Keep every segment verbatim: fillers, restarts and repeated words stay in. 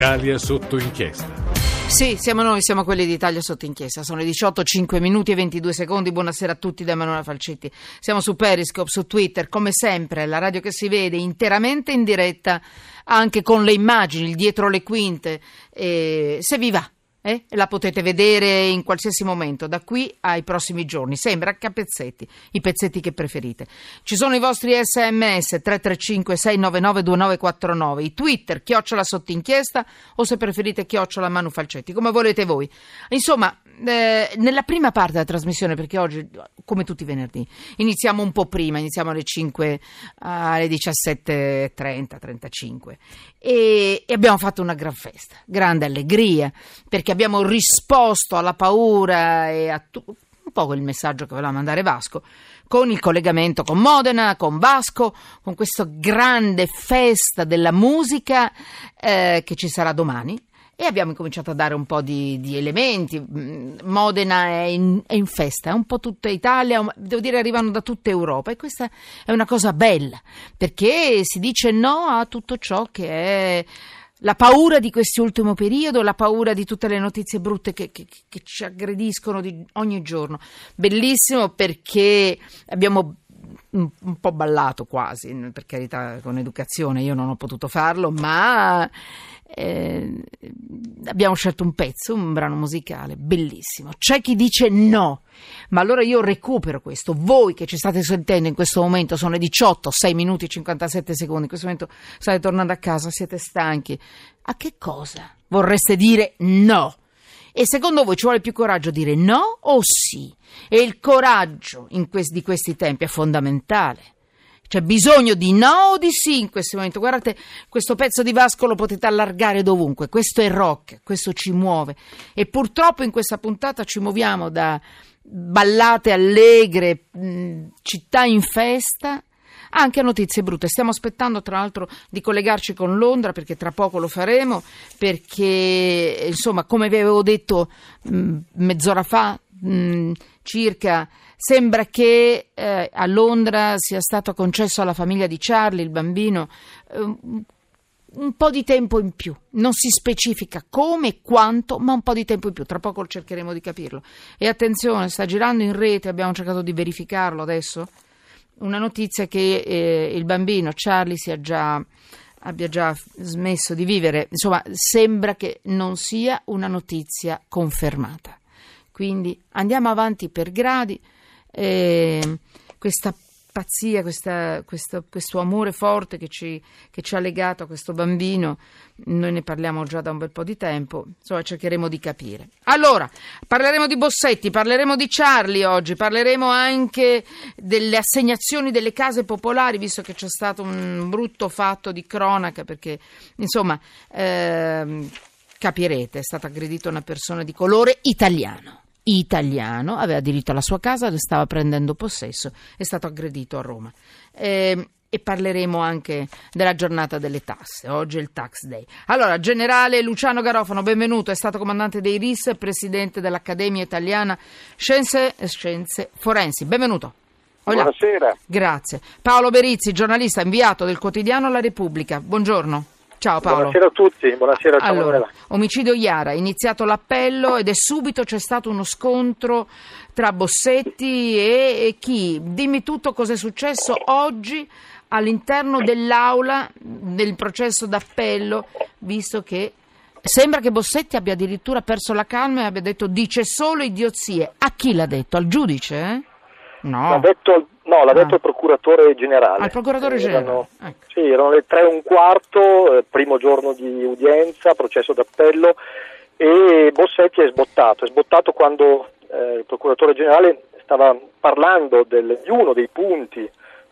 Italia sotto inchiesta. Sì, siamo noi, siamo quelli di Italia sotto inchiesta. Sono le diciotto, cinque minuti e ventidue secondi. Buonasera a tutti da Emanuela Falcetti. Siamo su Periscope, su Twitter, come sempre, la radio che si vede interamente in diretta, anche con le immagini, il dietro le quinte. E se vi va, eh? La potete vedere in qualsiasi momento, da qui ai prossimi giorni. Sembra che a pezzetti, i pezzetti che preferite. Ci sono i vostri sms tre tre cinque sei nove nove due nove quattro nove, i Twitter chiocciola sotto inchiesta o se preferite chiocciola Manu Falcetti, come volete voi. Insomma, eh, nella prima parte della trasmissione, perché oggi, come tutti i venerdì, iniziamo un po' prima, iniziamo alle cinque, alle diciassette e trenta, trentacinque e, e abbiamo fatto una gran festa, grande allegria, perché abbiamo risposto alla paura e a tu- un po' il messaggio che voleva mandare Vasco, con il collegamento con Modena, con Vasco, con questa grande festa della musica eh, che ci sarà domani. E abbiamo cominciato a dare un po' di, di elementi. Modena è in, è in festa, è un po' tutta Italia, devo dire arrivano da tutta Europa, e questa è una cosa bella, perché si dice no a tutto ciò che è la paura di quest'ultimo periodo, la paura di tutte le notizie brutte che, che, che ci aggrediscono di ogni giorno. Bellissimo, perché abbiamo un, un po' ballato quasi, per carità, con educazione, io non ho potuto farlo, ma eh, abbiamo scelto un pezzo, un brano musicale bellissimo. C'è chi dice no, ma allora io recupero questo. Voi che ci state sentendo in questo momento, sono le diciotto, sei minuti e cinquantasette secondi, in questo momento state tornando a casa, siete stanchi. A che cosa vorreste dire no? E secondo voi ci vuole più coraggio a dire no o sì? E il coraggio in questi, di questi tempi è fondamentale. C'è bisogno di no o di sì in questo momento. Guardate, questo pezzo di Vasco lo potete allargare dovunque. Questo è rock, questo ci muove. E purtroppo in questa puntata ci muoviamo da ballate allegre, mh, città in festa, anche a notizie brutte. Stiamo aspettando tra l'altro di collegarci con Londra, perché tra poco lo faremo, perché insomma, come vi avevo detto mh, mezz'ora fa mh, circa, sembra che eh, a Londra sia stato concesso alla famiglia di Charlie, il bambino, eh, un po' di tempo in più. Non si specifica come e quanto, ma un po' di tempo in più. Tra poco cercheremo di capirlo. E attenzione, sta girando in rete, abbiamo cercato di verificarlo adesso, una notizia che eh, il bambino Charlie sia già, abbia già smesso di vivere. Insomma, sembra che non sia una notizia confermata. Quindi andiamo avanti per gradi. Eh, questa pazzia, questa, questo, questo amore forte che ci, che ci ha legato a questo bambino, noi ne parliamo già da un bel po' di tempo, insomma cercheremo di capire. Allora, parleremo di Bossetti, parleremo di Charlie oggi, parleremo anche delle assegnazioni delle case popolari, visto che c'è stato un brutto fatto di cronaca, perché insomma ehm, capirete, è stata aggredita una persona di colore italiano. italiano, aveva diritto alla sua casa, ne stava prendendo possesso, è stato aggredito a Roma. E, e parleremo anche della giornata delle tasse, oggi è il tax day. Allora, generale Luciano Garofano, benvenuto, è stato comandante dei R I S, presidente dell'Accademia Italiana Scienze e Scienze Forensi, benvenuto. Hola. Buonasera. Grazie. Paolo Berizzi, giornalista inviato del quotidiano La Repubblica, buongiorno. Ciao Paolo. Buonasera a tutti, buonasera. Ciao. Allora, omicidio Iara, è iniziato l'appello ed è subito c'è stato uno scontro tra Bossetti e, e chi? Dimmi tutto, cosa è successo oggi all'interno dell'aula del processo d'appello, visto che sembra che Bossetti abbia addirittura perso la calma e abbia detto dice solo idiozie. A chi l'ha detto? Al giudice? Eh? No. L'ha detto, no, l'ha ah. detto il procuratore generale. Al procuratore erano, generale? Ecco. Sì, erano le tre e un quarto, eh, primo giorno di udienza, processo d'appello, e Bossetti è sbottato. È sbottato quando eh, il procuratore generale stava parlando del, di uno dei punti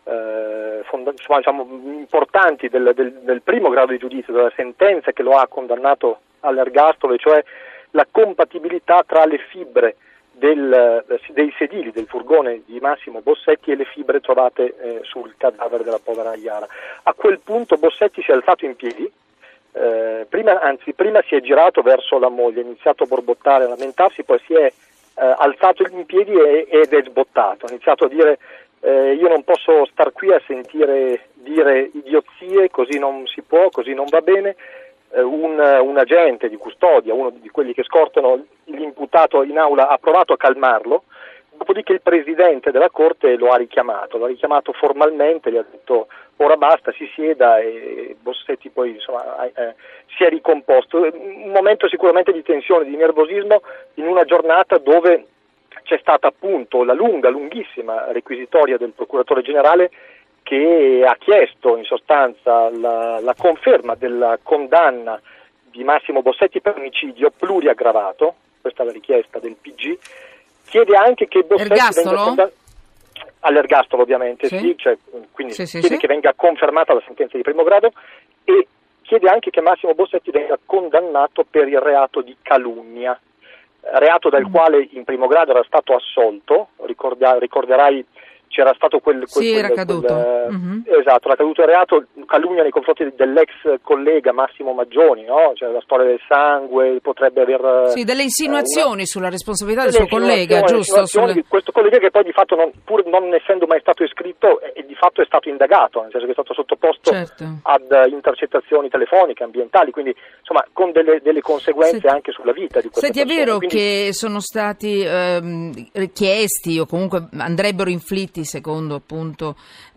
eh, fonda, diciamo, importanti del, del, del primo grado di giudizio, della sentenza che lo ha condannato all'ergastolo, cioè la compatibilità tra le fibre Del, dei sedili del furgone di Massimo Bossetti e le fibre trovate eh, sul cadavere della povera Iara. A quel punto Bossetti si è alzato in piedi, eh, prima, anzi prima si è girato verso la moglie, ha iniziato a borbottare, a lamentarsi, poi si è eh, alzato in piedi e, ed è sbottato, ha iniziato a dire eh, io non posso star qui a sentire dire idiozie, così non si può, così non va bene. eh, un, un agente di custodia, uno di quelli che scortano l'imputato in aula, ha provato a calmarlo, dopodiché il presidente della Corte lo ha richiamato, lo ha richiamato formalmente, gli ha detto ora basta, si sieda, e Bossetti poi insomma eh, si è ricomposto. Un momento sicuramente di tensione, di nervosismo in una giornata dove c'è stata appunto la lunga, lunghissima requisitoria del procuratore generale, che ha chiesto in sostanza la, la conferma della condanna di Massimo Bossetti per omicidio pluriaggravato, questa è la richiesta del P G, chiede anche che Bossetti Ergastolo? venga condannato all'ergastolo, ovviamente, sì, sì cioè, quindi sì, sì, chiede sì. che venga confermata la sentenza di primo grado e chiede anche che Massimo Bossetti venga condannato per il reato di calunnia, reato dal mm. quale in primo grado era stato assolto, ricorda, ricorderai c'era stato quel... quel sì, quel, era caduto. Quel, mm-hmm. Esatto, era caduto il reato, calunnia nei confronti dell'ex collega Massimo Maggioni, no? Cioè la storia del sangue, potrebbe aver... Sì, delle insinuazioni eh, una, sulla responsabilità del suo collega, giusto? Sulle... Questo collega che poi di fatto, non, pur non essendo mai stato iscritto, e di fatto è stato indagato, nel senso che è stato sottoposto certo. ad intercettazioni telefoniche, ambientali, quindi insomma con delle, delle conseguenze Senti, anche sulla vita di queste Senti, persone. È vero quindi... che sono stati ehm, richiesti o comunque andrebbero inflitti secondo appunto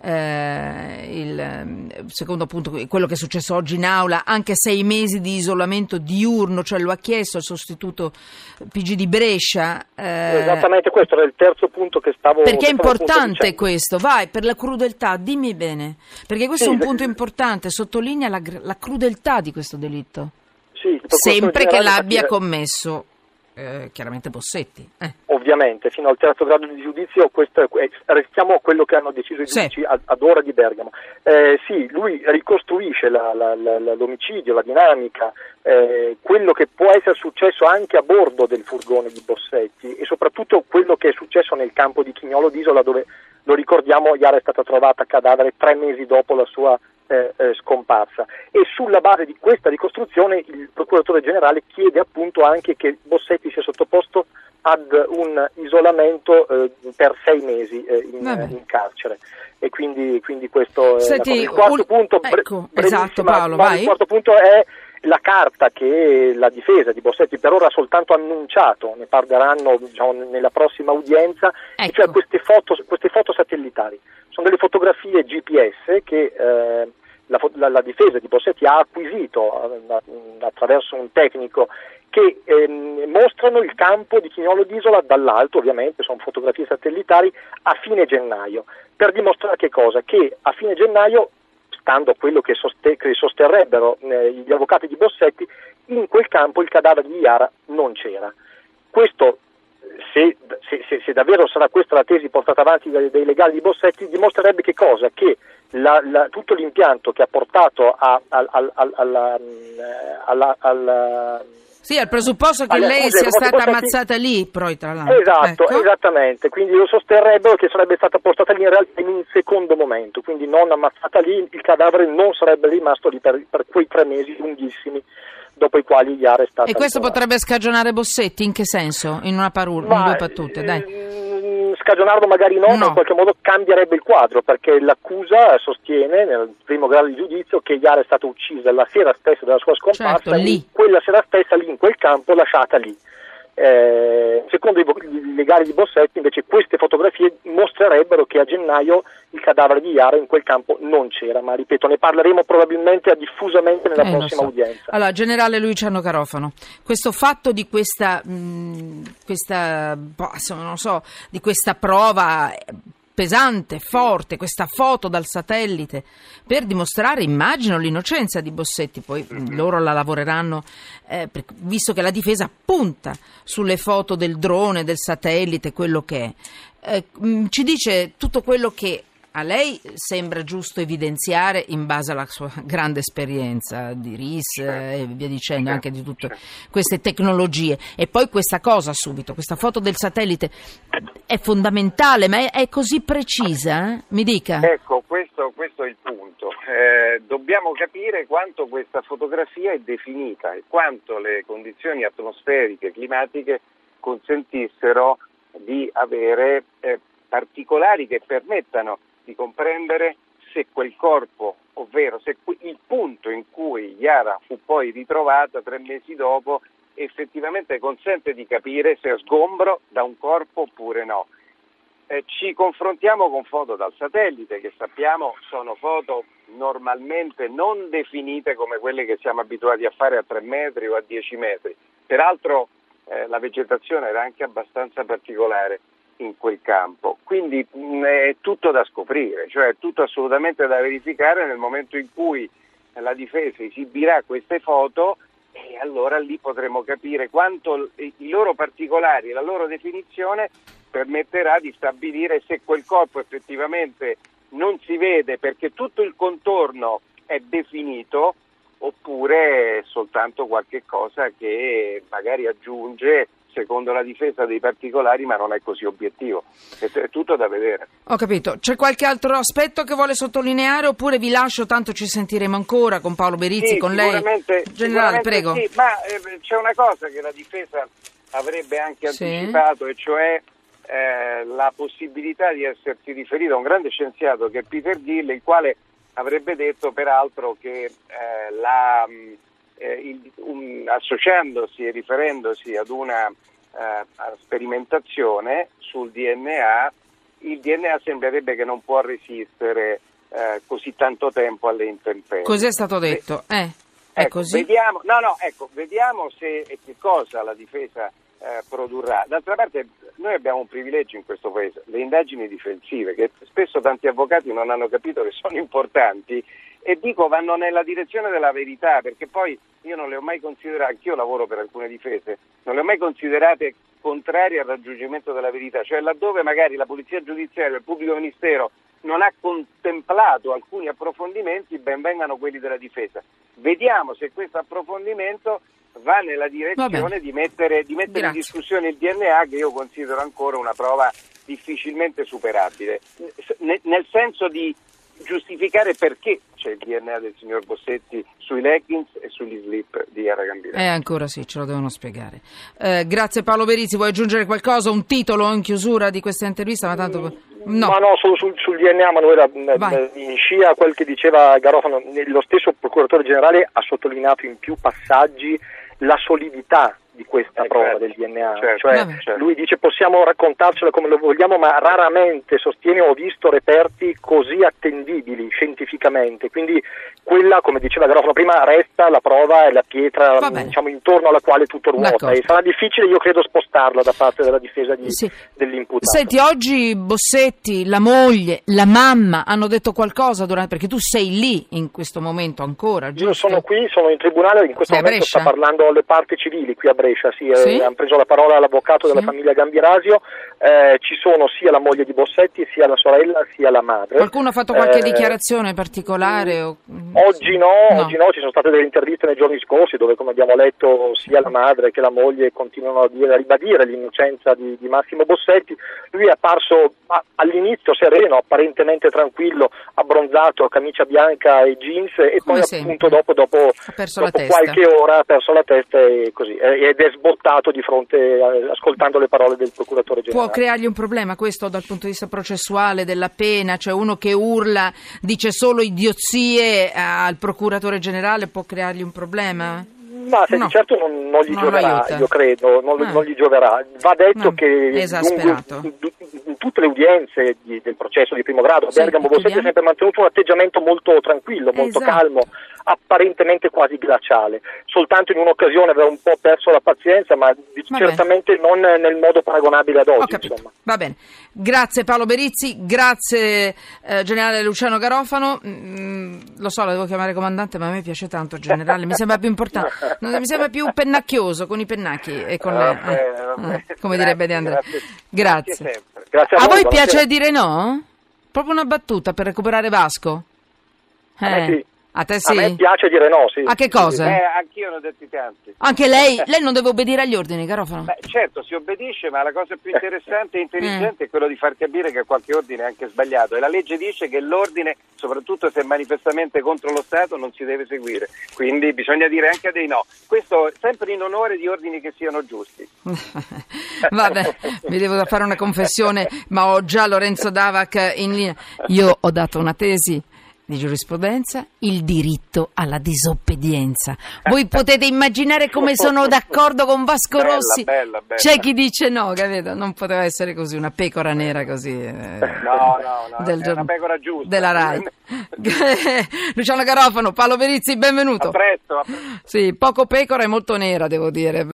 eh, il secondo appunto quello che è successo oggi in aula, anche sei mesi di isolamento diurno, cioè lo ha chiesto il sostituto P G di Brescia. Eh, Esattamente, questo era il terzo punto che stavo Perché è che stavo importante questo, vai, per la crudeltà, dimmi bene, perché questo sì, è un le... punto importante, sottolinea la, la crudeltà di questo delitto, sì, sempre che l'abbia perché... commesso Eh, chiaramente Bossetti. Eh. Ovviamente, fino al terzo grado di giudizio, questo è, restiamo a quello che hanno deciso i giudici sì. ad, ad ora di Bergamo. Eh, sì, lui ricostruisce la, la, la, l'omicidio, la dinamica, eh, quello che può essere successo anche a bordo del furgone di Bossetti e soprattutto quello che è successo nel campo di Chignolo d'Isola, dove, lo ricordiamo, Iara è stata trovata cadavere tre mesi dopo la sua Eh, eh, scomparsa, e sulla base di questa ricostruzione il procuratore generale chiede appunto anche che Bossetti sia sottoposto ad un isolamento eh, per sei mesi eh, in, in carcere, e quindi, quindi questo Senti, è il quarto un... punto. Ecco, esatto, Paolo, vai. Il quarto punto è la carta che la difesa di Bossetti per ora ha soltanto annunciato, ne parleranno diciamo, nella prossima udienza, ecco. Cioè queste foto, queste foto satellitari. Sono delle fotografie G P S che eh, la, la, la difesa di Bossetti ha acquisito eh, attraverso un tecnico che eh, mostrano il campo di Chignolo d'Isola dall'alto, ovviamente sono fotografie satellitari, a fine gennaio, per dimostrare che cosa? Che a fine gennaio, stando a quello che, soste- che sosterrebbero eh, gli avvocati di Bossetti, in quel campo il cadavere di Iara non c'era. Questo Se, se, se davvero sarà questa la tesi portata avanti dai, dai legali di Bossetti, dimostrerebbe che cosa? Che la, la, tutto l'impianto che ha portato a, a, a, a, alla, alla, alla sì, al presupposto che lei sia stata Bossetti, ammazzata lì, poi tra l'altro. Esatto, ecco. esattamente, quindi lo sosterrebbero che sarebbe stata portata lì in realtà in un secondo momento, quindi non ammazzata lì, il cadavere non sarebbe rimasto lì per, per quei tre mesi lunghissimi dopo i quali Iara è stata... E questo ritrovata. Potrebbe scagionare Bossetti? In che senso? In una parola, in due battute, dai. Mh, scagionarlo magari no, no, ma in qualche modo cambierebbe il quadro, perché l'accusa sostiene nel primo grado di giudizio che Iara è stata uccisa la sera stessa della sua scomparsa, certo, lì. quella sera stessa lì in quel campo, lasciata lì. Eh, secondo i, i legali di Bossetti invece queste fotografie mostrerebbero che a gennaio il cadavere di Iara in quel campo non c'era, ma ripeto, ne parleremo probabilmente diffusamente nella eh, prossima so. udienza. Allora, generale Luciano Carofano, questo fatto di questa mh, questa non so, di questa prova pesante, forte, questa foto dal satellite per dimostrare, immagino, l'innocenza di Bossetti, poi mm-hmm. loro la lavoreranno eh, per, visto che la difesa punta sulle foto del drone, del satellite, quello che è. Eh, mh, ci dice tutto quello che a lei sembra giusto evidenziare in base alla sua grande esperienza di R I S eh, e via dicendo, anche di tutte queste tecnologie. E poi questa cosa subito, questa foto del satellite è fondamentale, ma è, è così precisa? Eh? Mi dica. Ecco, questo, questo è il punto. Eh, dobbiamo capire quanto questa fotografia è definita e quanto le condizioni atmosferiche, climatiche consentissero di avere eh, particolari che permettano di comprendere se quel corpo ovvero se il punto in cui Chiara fu poi ritrovata tre mesi dopo effettivamente consente di capire se è sgombro da un corpo oppure no. Eh, ci confrontiamo con foto dal satellite, che sappiamo sono foto normalmente non definite come quelle che siamo abituati a fare a tre metri o a dieci metri. Peraltro eh, la vegetazione era anche abbastanza particolare in quel campo, quindi mh, è tutto da scoprire, cioè è tutto assolutamente da verificare nel momento in cui la difesa esibirà queste foto, e allora lì potremo capire quanto i loro particolari e la loro definizione permetterà di stabilire se quel corpo effettivamente non si vede perché tutto il contorno è definito, oppure è soltanto qualche cosa che magari aggiunge secondo la difesa dei particolari, ma non è così obiettivo. È, è tutto da vedere. Ho capito. C'è qualche altro aspetto che vuole sottolineare, oppure vi lascio, tanto ci sentiremo ancora con Paolo Berizzi, sì, con lei. Generale, prego. Sì, ma eh, c'è una cosa che la difesa avrebbe anche anticipato, sì. E cioè eh, la possibilità di essersi riferito a un grande scienziato che è Peter Gill, il quale avrebbe detto peraltro che eh, la... Eh, il, un, associandosi e riferendosi ad una eh, sperimentazione sul D N A, il D N A sembrerebbe che non può resistere eh, così tanto tempo alle intemperie. Così è stato detto. Eh, è ecco, così? Vediamo, no, no, ecco, vediamo se e che cosa la difesa eh, produrrà. D'altra parte noi abbiamo un privilegio in questo paese, le indagini difensive, che spesso tanti avvocati non hanno capito che sono importanti, e dico vanno nella direzione della verità, perché poi io non le ho mai considerate, anch'io lavoro per alcune difese, non le ho mai considerate contrarie al raggiungimento della verità, cioè laddove magari la polizia giudiziaria o il pubblico ministero non ha contemplato alcuni approfondimenti, ben vengano quelli della difesa. Vediamo se questo approfondimento va nella direzione di mettere, di mettere in discussione il D N A, che io considero ancora una prova difficilmente superabile, nel senso di giustificare perché c'è il D N A del signor Bossetti sui leggings e sugli slip di Chiara Gambirasio. Eh, ancora sì, ce lo devono spiegare. Eh, grazie Paolo Berizzi, vuoi aggiungere qualcosa, un titolo in chiusura di questa intervista? Ma tanto... No. Ma no, solo sul, sul D N A, Manuela, Vai. in scia a quel che diceva Garofano, lo stesso procuratore generale ha sottolineato in più passaggi la solidità di questa eh, prova certo, del D N A, certo, cioè certo. Lui dice possiamo raccontarcela come lo vogliamo, ma raramente, sostiene, ho visto reperti così attendibili scientificamente, quindi quella, come diceva Garofano prima, resta la prova e la pietra, diciamo, intorno alla quale tutto ruota. D'accordo. E sarà difficile, io credo, spostarla da parte della difesa di, sì. dell'imputato. Senti, oggi Bossetti, la moglie, la mamma hanno detto qualcosa durante, perché tu sei lì in questo momento ancora, giusto? Io sono qui, sono in tribunale, in questo sei momento sta parlando alle parti civili qui a Brescia, sì, sì? Eh, hanno preso la parola l'avvocato della sì. famiglia Gambirasio, eh, ci sono sia la moglie di Bossetti, sia la sorella, sia la madre. Qualcuno ha fatto qualche eh, dichiarazione particolare? O... Oggi no, no, oggi no, ci sono state delle interviste nei giorni scorsi dove, come abbiamo letto, sia la madre che la moglie continuano a, dire, a ribadire l'innocenza di, di Massimo Bossetti. Lui è apparso a, all'inizio sereno, apparentemente tranquillo, abbronzato, camicia bianca e jeans, e come poi sempre. appunto dopo, dopo, dopo qualche ora ha perso la testa e così, ed è sbottato di fronte, ascoltando le parole del procuratore generale. Può creargli un problema questo dal punto di vista processuale della pena, cioè uno che urla, dice solo idiozie al procuratore generale, può creargli un problema? Ma se no. di certo non, non gli non gioverà, io credo, non, ah. non gli gioverà. Va detto no. che esasperato. Lungo, in tutte le udienze di, del processo di primo grado, sì, Bergamo Bossetti ha sempre mantenuto un atteggiamento molto tranquillo, molto esatto. calmo, apparentemente quasi glaciale. Soltanto in un'occasione aveva un po' perso la pazienza, ma Va certamente bene. non nel modo paragonabile ad oggi. Insomma. Va bene. Grazie Paolo Berizzi, grazie eh, generale Luciano Garofano. Mm, lo so, la devo chiamare comandante, ma a me piace tanto generale, mi sembra più importante, non, mi sembra più pennacchioso con i pennacchi e con le, vabbè, eh, vabbè. Eh, come direbbe De Andrea. Grazie. Grazie. grazie a, a voi, voi piace dire no? Proprio una battuta per recuperare Vasco? Eh. A me sì. A te sì? A me piace dire no, sì. A che cosa? Eh, anch'io ne ho detti tanti. Anche lei? Lei non deve obbedire agli ordini, Garofano? Beh, certo, si obbedisce, ma la cosa più interessante e intelligente eh. è quello di far capire che qualche ordine è anche sbagliato. E la legge dice che l'ordine, soprattutto se è manifestamente contro lo Stato, non si deve seguire. Quindi bisogna dire anche dei no. Questo sempre in onore di ordini che siano giusti. Vabbè, vi devo fare una confessione, ma ho già Lorenzo Davac in linea. Io ho dato una tesi di giurisprudenza, il diritto alla disobbedienza. Voi potete immaginare come sono d'accordo con Vasco bella, Rossi. Bella, bella. C'è chi dice no, capito? Non poteva essere così, una pecora nera così. Eh, no, no, no, del è una pecora giusta. Della Rai. Luciano Garofano, Paolo Perizzi, benvenuto. A presto, a presto. Sì, poco pecora e molto nera, devo dire.